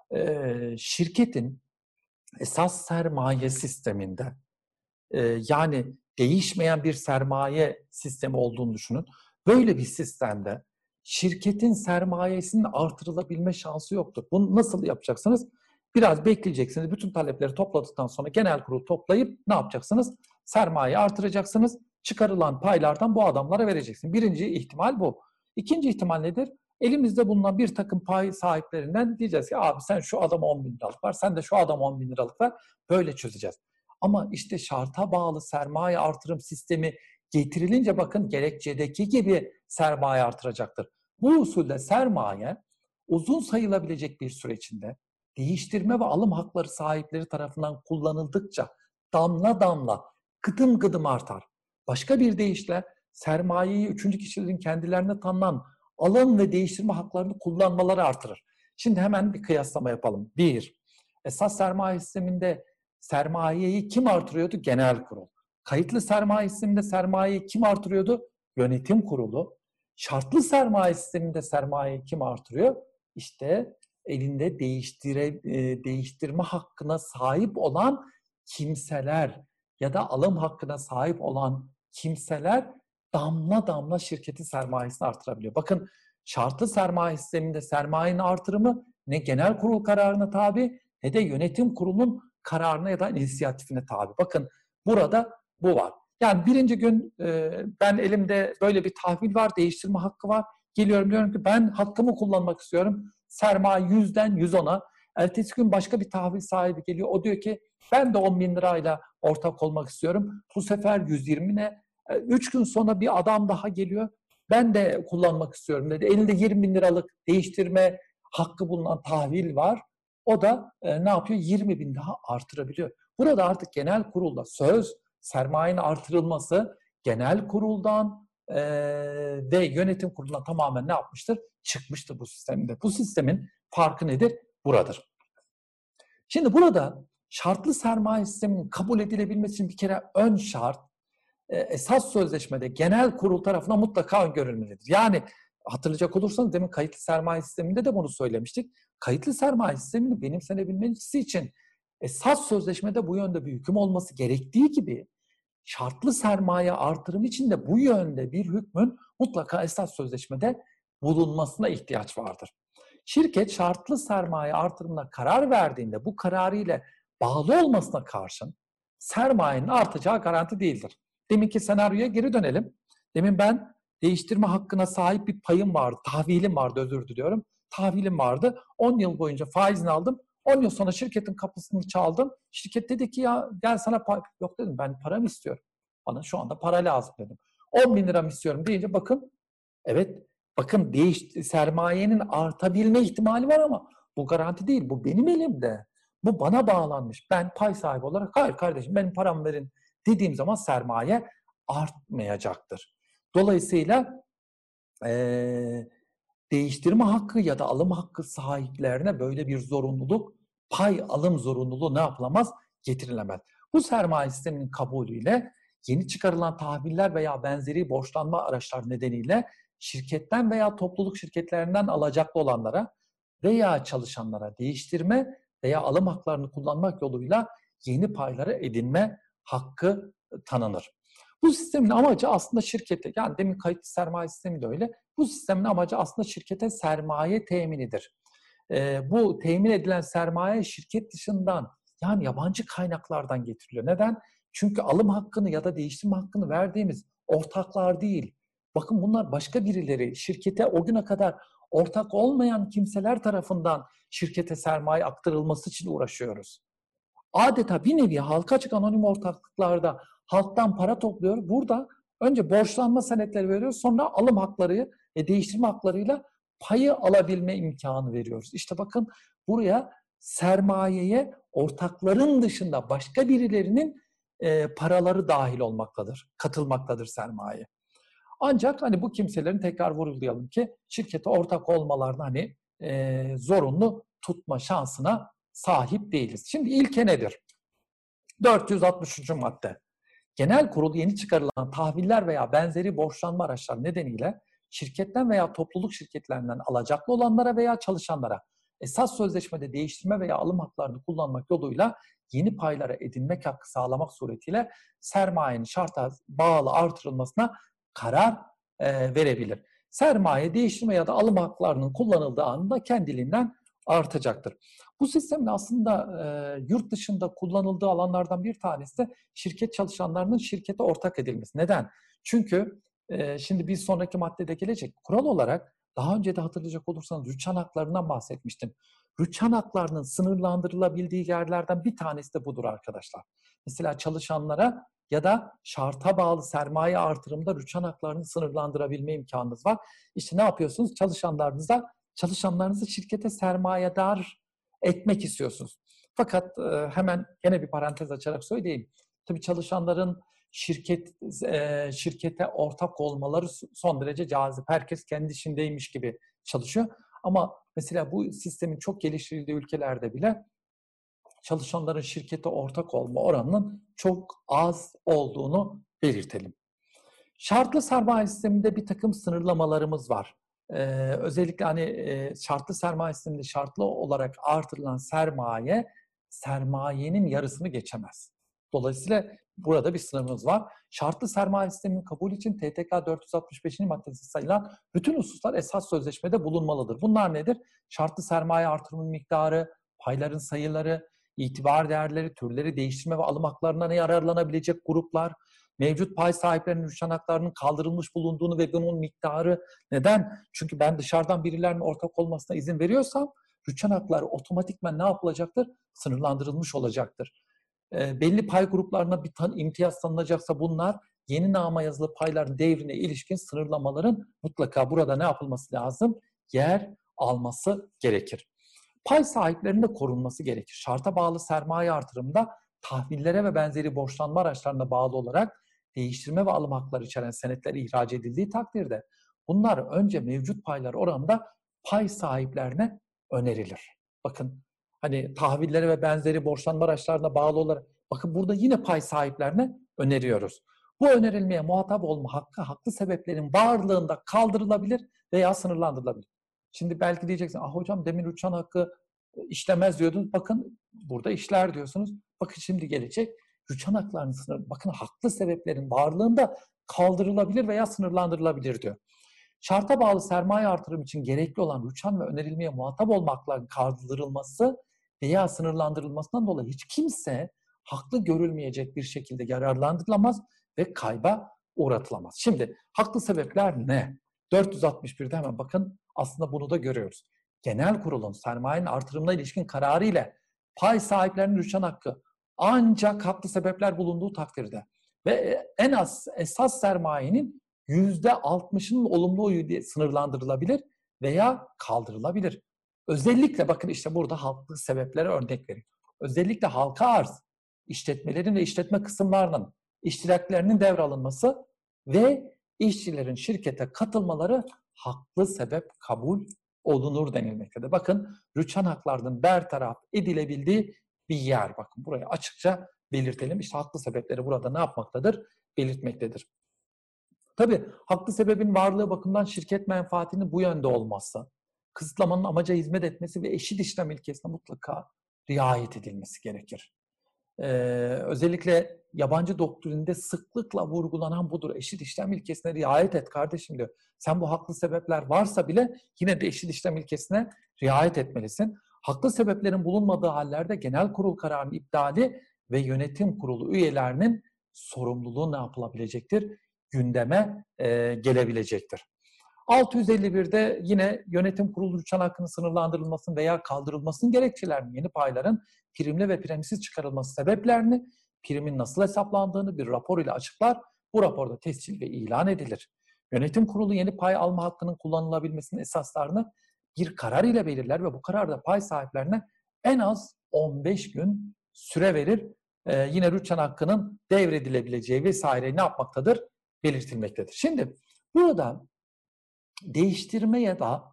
şirketin esas sermaye sisteminde yani değişmeyen bir sermaye sistemi olduğunu düşünün. Böyle bir sistemde şirketin sermayesinin artırılabilme şansı yoktur. Bunu nasıl yapacaksınız? Biraz bekleyeceksiniz. Bütün talepleri topladıktan sonra genel kurul toplayıp ne yapacaksınız? Sermayeyi artıracaksınız. Çıkarılan paylardan bu adamlara vereceksiniz. Birinci ihtimal bu. İkinci ihtimal nedir? Elimizde bulunan bir takım pay sahiplerinden diyeceğiz ki abi sen şu adama 10 bin liralık var, sen de şu adama 10 bin liralık var. Böyle çözeceğiz. Ama işte şarta bağlı sermaye artırım sistemi getirilince bakın gerekçedeki gibi sermaye artıracaktır. Bu usulde sermaye uzun sayılabilecek bir süre içinde değiştirme ve alım hakları sahipleri tarafından kullanıldıkça damla damla, gıdım gıdım artar. Başka bir deyişle sermayeyi üçüncü kişilerin kendilerine tanınan alım ve değiştirme haklarını kullanmaları artırır. Şimdi hemen bir kıyaslama yapalım. Bir, esas sermaye sisteminde sermayeyi kim artırıyordu? Genel kurul. Kayıtlı sermaye sisteminde sermayeyi kim artırıyordu? Yönetim kurulu. Şartlı sermaye sisteminde sermayeyi kim artırıyor? İşte elinde değiştirme hakkına sahip olan kimseler ya da alım hakkına sahip olan kimseler damla damla şirketin sermayesini artırabiliyor. Bakın, şartlı sermaye sisteminde sermayenin artırımı ne genel kurul kararına tabi ne de yönetim kurulunun kararına ya da inisiyatifine tabi. Bakın, burada bu var. Yani birinci gün ben elimde böyle bir tahvil var, değiştirme hakkı var. Geliyorum, diyorum ki ben hakkımı kullanmak istiyorum. Sermaye 100'den 110'a. Ertesi gün başka bir tahvil sahibi geliyor. O diyor ki ben de 10 bin lirayla ortak olmak istiyorum. Bu sefer 120'ne. 3 gün sonra bir adam daha geliyor. Ben de kullanmak istiyorum dedi. Elinde 20 bin liralık değiştirme hakkı bulunan tahvil var. O da ne yapıyor? 20 bin daha artırabiliyor. Burada artık genel kurulda söz sermayenin artırılması genel kuruldan ve yönetim kurulundan tamamen ne yapmıştır? Çıkmıştır bu sistemde. Bu sistemin farkı nedir? Buradır. Şimdi burada şartlı sermaye sisteminin kabul edilebilmesi için bir kere ön şart esas sözleşmede genel kurul tarafından mutlaka öngörülmelidir. Yani hatırlayacak olursanız demin kayıtlı sermaye sisteminde de bunu söylemiştik. Kayıtlı sermaye sistemini benimsenebilmesi için esas sözleşmede bu yönde bir hüküm olması gerektiği gibi şartlı sermaye artırımı için de bu yönde bir hükmün mutlaka esas sözleşmede bulunmasına ihtiyaç vardır. Şirket şartlı sermaye artırımına karar verdiğinde bu kararı ile bağlı olmasına karşın sermayenin artacağı garanti değildir. Deminki senaryoya geri dönelim. Demin ben değiştirme hakkına sahip bir payım vardı, tahvilim vardı, özür diliyorum. Tahvilim vardı. 10 yıl boyunca faizini aldım. 10 yıl sonra şirketin kapısını çaldım. Şirket dedi ki ya gel sana yok dedim, ben paramı istiyorum. Bana şu anda para lazım dedim. 10 bin liramı istiyorum deyince bakın, evet, bakın sermayenin artabilme ihtimali var ama bu garanti değil. Bu benim elimde. Bu bana bağlanmış. Ben pay sahibi olarak hayır kardeşim benim paramı verin dediğim zaman sermaye artmayacaktır. Dolayısıyla değiştirme hakkı ya da alım hakkı sahiplerine böyle bir zorunluluk, pay alım zorunluluğu ne yapılamaz? Getirilemez. Bu sermaye sisteminin kabulüyle yeni çıkarılan tahviller veya benzeri borçlanma araçları nedeniyle şirketten veya topluluk şirketlerinden alacaklı olanlara veya çalışanlara değiştirme veya alım haklarını kullanmak yoluyla yeni payları edinme hakkı tanınır. Bu sistemin amacı aslında şirkete, yani demin kayıtlı sermaye sistemi de öyle, bu sistemin amacı aslında şirkete sermaye teminidir. Bu temin edilen sermaye şirket dışından, yani yabancı kaynaklardan getiriliyor. Neden? Çünkü alım hakkını ya da değiştirme hakkını verdiğimiz ortaklar değil. Bakın bunlar başka birileri, şirkete o güne kadar ortak olmayan kimseler tarafından şirkete sermaye aktarılması için uğraşıyoruz. Adeta bir nevi halka açık anonim ortaklıklarda halktan para topluyor. Burada önce borçlanma senetleri veriyoruz, sonra alım hakları ve değiştirme haklarıyla payı alabilme imkanı veriyoruz. İşte bakın, buraya sermayeye ortakların dışında başka birilerinin paraları dahil olmaktadır, katılmaktadır sermaye. Ancak hani bu kimselerin, tekrar vurgulayalım ki, şirkete ortak olmalarını hani zorunlu tutma şansına sahip değiliz. Şimdi ilke nedir? 463. madde. Genel kurul yeni çıkarılan tahviller veya benzeri borçlanma araçları nedeniyle şirketten veya topluluk şirketlerinden alacaklı olanlara veya çalışanlara esas sözleşmede değiştirme veya alım haklarını kullanmak yoluyla yeni paylara edinmek hakkı sağlamak suretiyle sermayenin şarta bağlı artırılmasına karar verebilir. Sermaye değiştirme ya da alım haklarının kullanıldığı anda kendiliğinden artacaktır. Bu sistemin aslında yurt dışında kullanıldığı alanlardan bir tanesi de şirket çalışanlarının şirkete ortak edilmesi. Neden? Çünkü şimdi bir sonraki maddede gelecek. Kural olarak daha önce de hatırlayacak olursanız rüçhan haklarından bahsetmiştim. Rüçhan haklarının sınırlandırılabildiği yerlerden bir tanesi de budur arkadaşlar. Mesela çalışanlara ya da şarta bağlı sermaye artırımında rüçhan haklarını sınırlandırabilme imkanınız var. İşte ne yapıyorsunuz? Çalışanlarınızı şirkete sermayedar etmek istiyorsunuz. Fakat hemen gene bir parantez açarak söyleyeyim. Tabii çalışanların şirkete ortak olmaları son derece cazip. Herkes kendi işindeymiş gibi çalışıyor. Ama mesela bu sistemin çok geliştirildiği ülkelerde bile çalışanların şirkete ortak olma oranının çok az olduğunu belirtelim. Şartlı sermaye sisteminde bir takım sınırlamalarımız var. Özellikle şartlı sermaye sisteminde şartlı olarak artırılan sermayenin yarısını geçemez. Dolayısıyla burada bir sınırımız var. Şartlı sermaye sisteminin kabul için TTK 465. maddesi sayılan bütün hususlar esas sözleşmede bulunmalıdır. Bunlar nedir? Şartlı sermaye artırımı miktarı, payların sayıları, itibar değerleri, türleri değiştirme ve alım haklarından yararlanabilecek gruplar, mevcut pay sahiplerinin rüçhan haklarının kaldırılmış bulunduğunu ve bunun miktarı. Neden? Çünkü ben dışarıdan birilerinin ortak olmasına izin veriyorsam rüçhan hakları otomatikman ne yapılacaktır? Sınırlandırılmış olacaktır. Belli pay gruplarına bir imtiyaz tanınacaksa bunlar yeni nama yazılı payların devrine ilişkin sınırlamaların mutlaka burada ne yapılması lazım? Yer alması gerekir. Pay sahiplerinin de korunması gerekir. Şarta bağlı sermaye artırımında tahvillere ve benzeri borçlanma araçlarına bağlı olarak değiştirme ve alım hakları içeren senetler ihraç edildiği takdirde bunlar önce mevcut paylar oranında pay sahiplerine önerilir. Bakın tahvillere ve benzeri borçlanma araçlarına bağlı olarak bakın burada yine pay sahiplerine öneriyoruz. Bu önerilmeye muhatap olma hakkı haklı sebeplerin varlığında kaldırılabilir veya sınırlandırılabilir. Şimdi belki diyeceksin, hocam demin rüçhan hakkı işlemez diyordunuz. Bakın burada işler diyorsunuz. Bakın şimdi gelecek. Rüçhan haklarının sınırı, bakın haklı sebeplerin varlığında kaldırılabilir veya sınırlandırılabilir diyor. Şarta bağlı sermaye artırım için gerekli olan rüçhan ve önerilmeye muhatap olma haklarının kaldırılması veya sınırlandırılmasından dolayı hiç kimse haklı görülmeyecek bir şekilde yararlandırılamaz ve kayba uğratılamaz. Şimdi haklı sebepler ne? 461'de hemen bakın aslında bunu da görüyoruz. Genel kurulun sermayenin artırımına ilişkin kararı ile pay sahiplerinin rüçhan hakkı ancak haklı sebepler bulunduğu takdirde ve en az esas sermayenin %60'ının olumlu oyu diye sınırlandırılabilir veya kaldırılabilir. Özellikle bakın işte burada haklı sebeplere örnek vereyim. Özellikle halka arz, işletmelerin ve işletme kısımlarının iştiraklerinin devralınması ve işçilerin şirkete katılmaları haklı sebep kabul olunur denilmektedir. Bakın rüçhan haklarının bertaraf edilebildiği bir yer. Bakın buraya açıkça belirtelim. İşte haklı sebepleri burada ne yapmaktadır? Belirtmektedir. Tabii haklı sebebin varlığı bakımından şirket menfaatinin bu yönde olması, kısıtlamanın amaca hizmet etmesi ve eşit işlem ilkesine mutlaka riayet edilmesi gerekir. Özellikle yabancı doktrinde sıklıkla vurgulanan budur. Eşit işlem ilkesine riayet et kardeşim diyor. Sen bu haklı sebepler varsa bile yine de eşit işlem ilkesine riayet etmelisin. Haklı sebeplerin bulunmadığı hallerde genel kurul kararının iptali ve yönetim kurulu üyelerinin sorumluluğu ne yapılabilecektir? Gündeme gelebilecektir. 651'de yine yönetim kurulu rüçhan hakkının sınırlandırılmasının veya kaldırılmasının gerekçelerini, yeni payların primli ve primsiz çıkarılması sebeplerini, primin nasıl hesaplandığını bir rapor ile açıklar. Bu raporda tescil ve ilan edilir. Yönetim kurulu yeni pay alma hakkının kullanılabilmesinin esaslarını bir karar ile belirler ve bu kararda pay sahiplerine en az 15 gün süre verir. Yine rüçhan hakkının devredilebileceği vesaire ne yapmaktadır? Belirtilmektedir. Şimdi burada değiştirme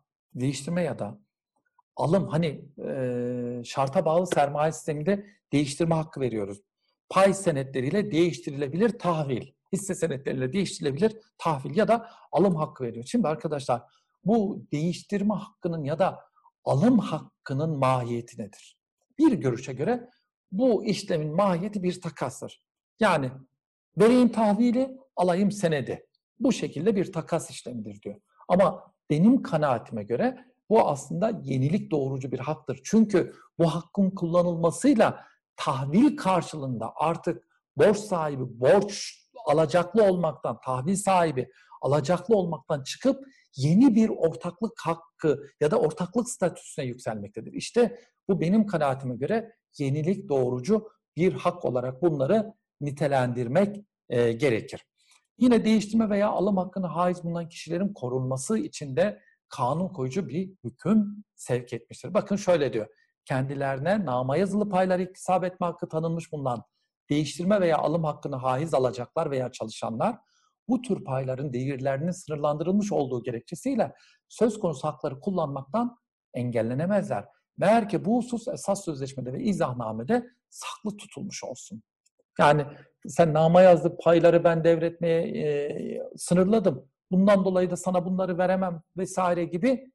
ya da alım şarta bağlı sermaye sisteminde değiştirme hakkı veriyoruz. Pay senetleriyle değiştirilebilir tahvil, hisse senetleriyle değiştirilebilir tahvil ya da alım hakkı veriyoruz. Şimdi arkadaşlar bu değiştirme hakkının ya da alım hakkının mahiyeti nedir? Bir görüşe göre bu işlemin mahiyeti bir takastır. Yani vereyim tahvili, alayım senedi. Bu şekilde bir takas işlemidir diyor. Ama benim kanaatime göre bu aslında yenilik doğurucu bir haktır. Çünkü bu hakkın kullanılmasıyla tahvil karşılığında artık borç sahibi borç alacaklı olmaktan, tahvil sahibi alacaklı olmaktan çıkıp yeni bir ortaklık hakkı ya da ortaklık statüsüne yükselmektedir. İşte bu benim kanaatime göre yenilik doğurucu bir hak olarak bunları nitelendirmek gerekir. Yine değiştirme veya alım hakkına haiz bulunan kişilerin korunması için de kanun koyucu bir hüküm sevk etmiştir. Bakın şöyle diyor. kendilerine nama yazılı paylar iktisap etme hakkı tanınmış bulunan değiştirme veya alım hakkını haiz alacaklar veya çalışanlar bu tür payların değerlerinin sınırlandırılmış olduğu gerekçesiyle söz konusu hakları kullanmaktan engellenemezler. Meğer ki bu husus esas sözleşmede ve izahnamede saklı tutulmuş olsun. Yani sen nama yazdığı payları ben devretmeye sınırladım. Bundan dolayı da sana bunları veremem vesaire gibi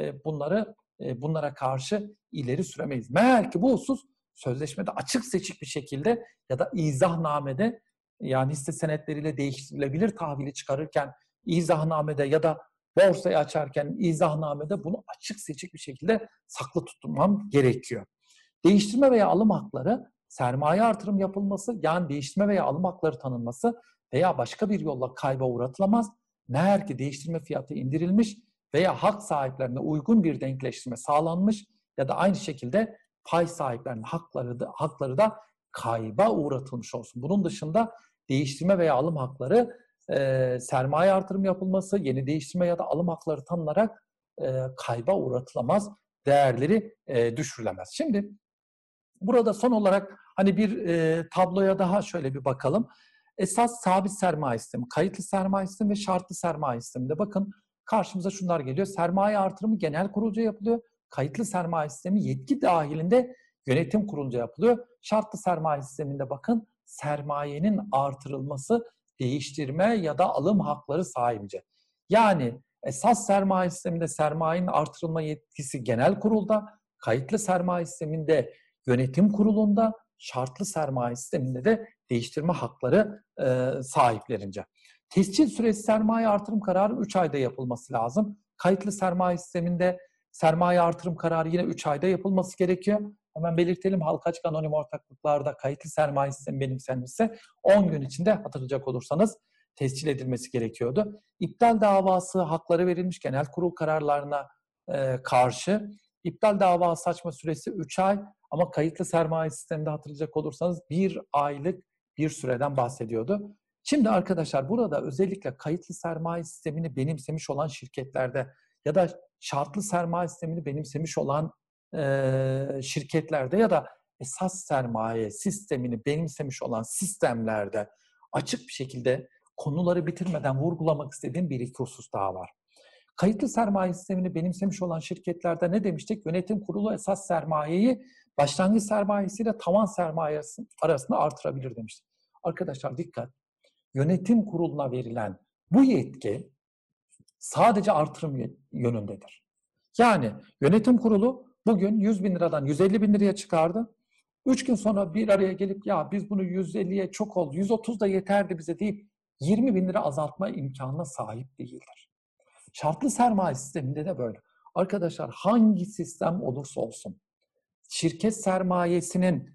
bunlara karşı ileri süremeyiz. Meğer ki bu husus sözleşmede açık seçik bir şekilde ya da izahnamede, yani hisse senetleriyle değiştirilebilir tahvili çıkarırken izahnamede ya da borsayı açarken izahnamede bunu açık seçik bir şekilde saklı tutmam gerekiyor. Değiştirme veya alım hakları, sermaye artırım yapılması, yani değiştirme veya alım hakları tanınması veya başka bir yolla kayba uğratılamaz. Meğer ki değiştirme fiyatı indirilmiş veya hak sahiplerine uygun bir denkleştirme sağlanmış ya da aynı şekilde pay sahiplerinin hakları da kayba uğratılmış olsun. Bunun dışında değiştirme veya alım hakları sermaye artırım yapılması, yeni değiştirme ya da alım hakları tanınarak kayba uğratılamaz, değerleri düşürülemez. Şimdi burada son olarak hani bir tabloya daha şöyle bir bakalım. Esas sabit sermaye sistemi, kayıtlı sermaye sistemi ve şartlı sermaye sisteminde bakın karşımıza şunlar geliyor. Sermaye artırımı genel kurulca yapılıyor. Kayıtlı sermaye sistemi yetki dahilinde yönetim kurulunca yapılıyor. Şartlı sermaye sisteminde bakın sermayenin artırılması değiştirme ya da alım hakları sahibince. Yani esas sermaye sisteminde sermayenin artırılma yetkisi genel kurulda, kayıtlı sermaye sisteminde yönetim kurulunda, şartlı sermaye sisteminde de değiştirme hakları sahiplerince. Tescil süresi sermaye artırım kararı 3 ayda yapılması lazım. Kayıtlı sermaye sisteminde sermaye artırım kararı yine 3 ayda yapılması gerekiyor. Hemen belirtelim, halka açık anonim ortaklıklarda kayıtlı sermaye sistemi benimsenmişse 10 gün içinde, hatırlayacak olursanız, tescil edilmesi gerekiyordu. İptal davası hakları verilmiş genel kurul kararlarına karşı. İptal davası açma süresi 3 ay ama kayıtlı sermaye sisteminde hatırlayacak olursanız 1 aylık bir süreden bahsediyordu. Şimdi arkadaşlar burada özellikle kayıtlı sermaye sistemini benimsemiş olan şirketlerde ya da şartlı sermaye sistemini benimsemiş olan şirketlerde ya da esas sermaye sistemini benimsemiş olan sistemlerde açık bir şekilde konuları bitirmeden vurgulamak istediğim bir iki husus daha var. Kayıtlı sermaye sistemini benimsemiş olan şirketlerde ne demiştik? Yönetim kurulu esas sermayeyi başlangıç sermayesiyle tavan sermayesi arasında artırabilir demiştik. Arkadaşlar dikkat! Yönetim kuruluna verilen bu yetki sadece artırım yönündedir. Yani yönetim kurulu bugün 100 bin liradan 150 bin liraya çıkardı. 3 gün sonra bir araya gelip ya biz bunu 150'ye çok oldu, 130 da yeterdi bize deyip 20 bin lira azaltma imkanına sahip değildir. Şartlı sermaye sisteminde de böyle. Arkadaşlar hangi sistem olursa olsun şirket sermayesinin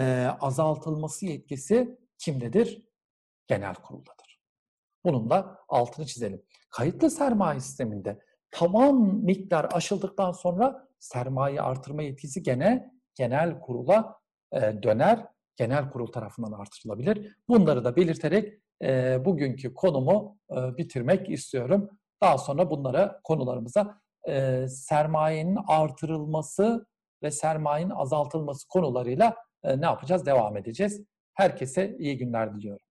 azaltılması yetkisi kimdedir? Genel kuruldadır. Bunun da altını çizelim. Kayıtlı sermaye sisteminde tavan miktar aşıldıktan sonra sermaye artırma yetkisi gene genel kurula döner. Genel kurul tarafından artırılabilir. Bunları da belirterek bugünkü konumu bitirmek istiyorum. Daha sonra konularımıza sermayenin artırılması ve sermayenin azaltılması konularıyla ne yapacağız? Devam edeceğiz. Herkese iyi günler diliyorum.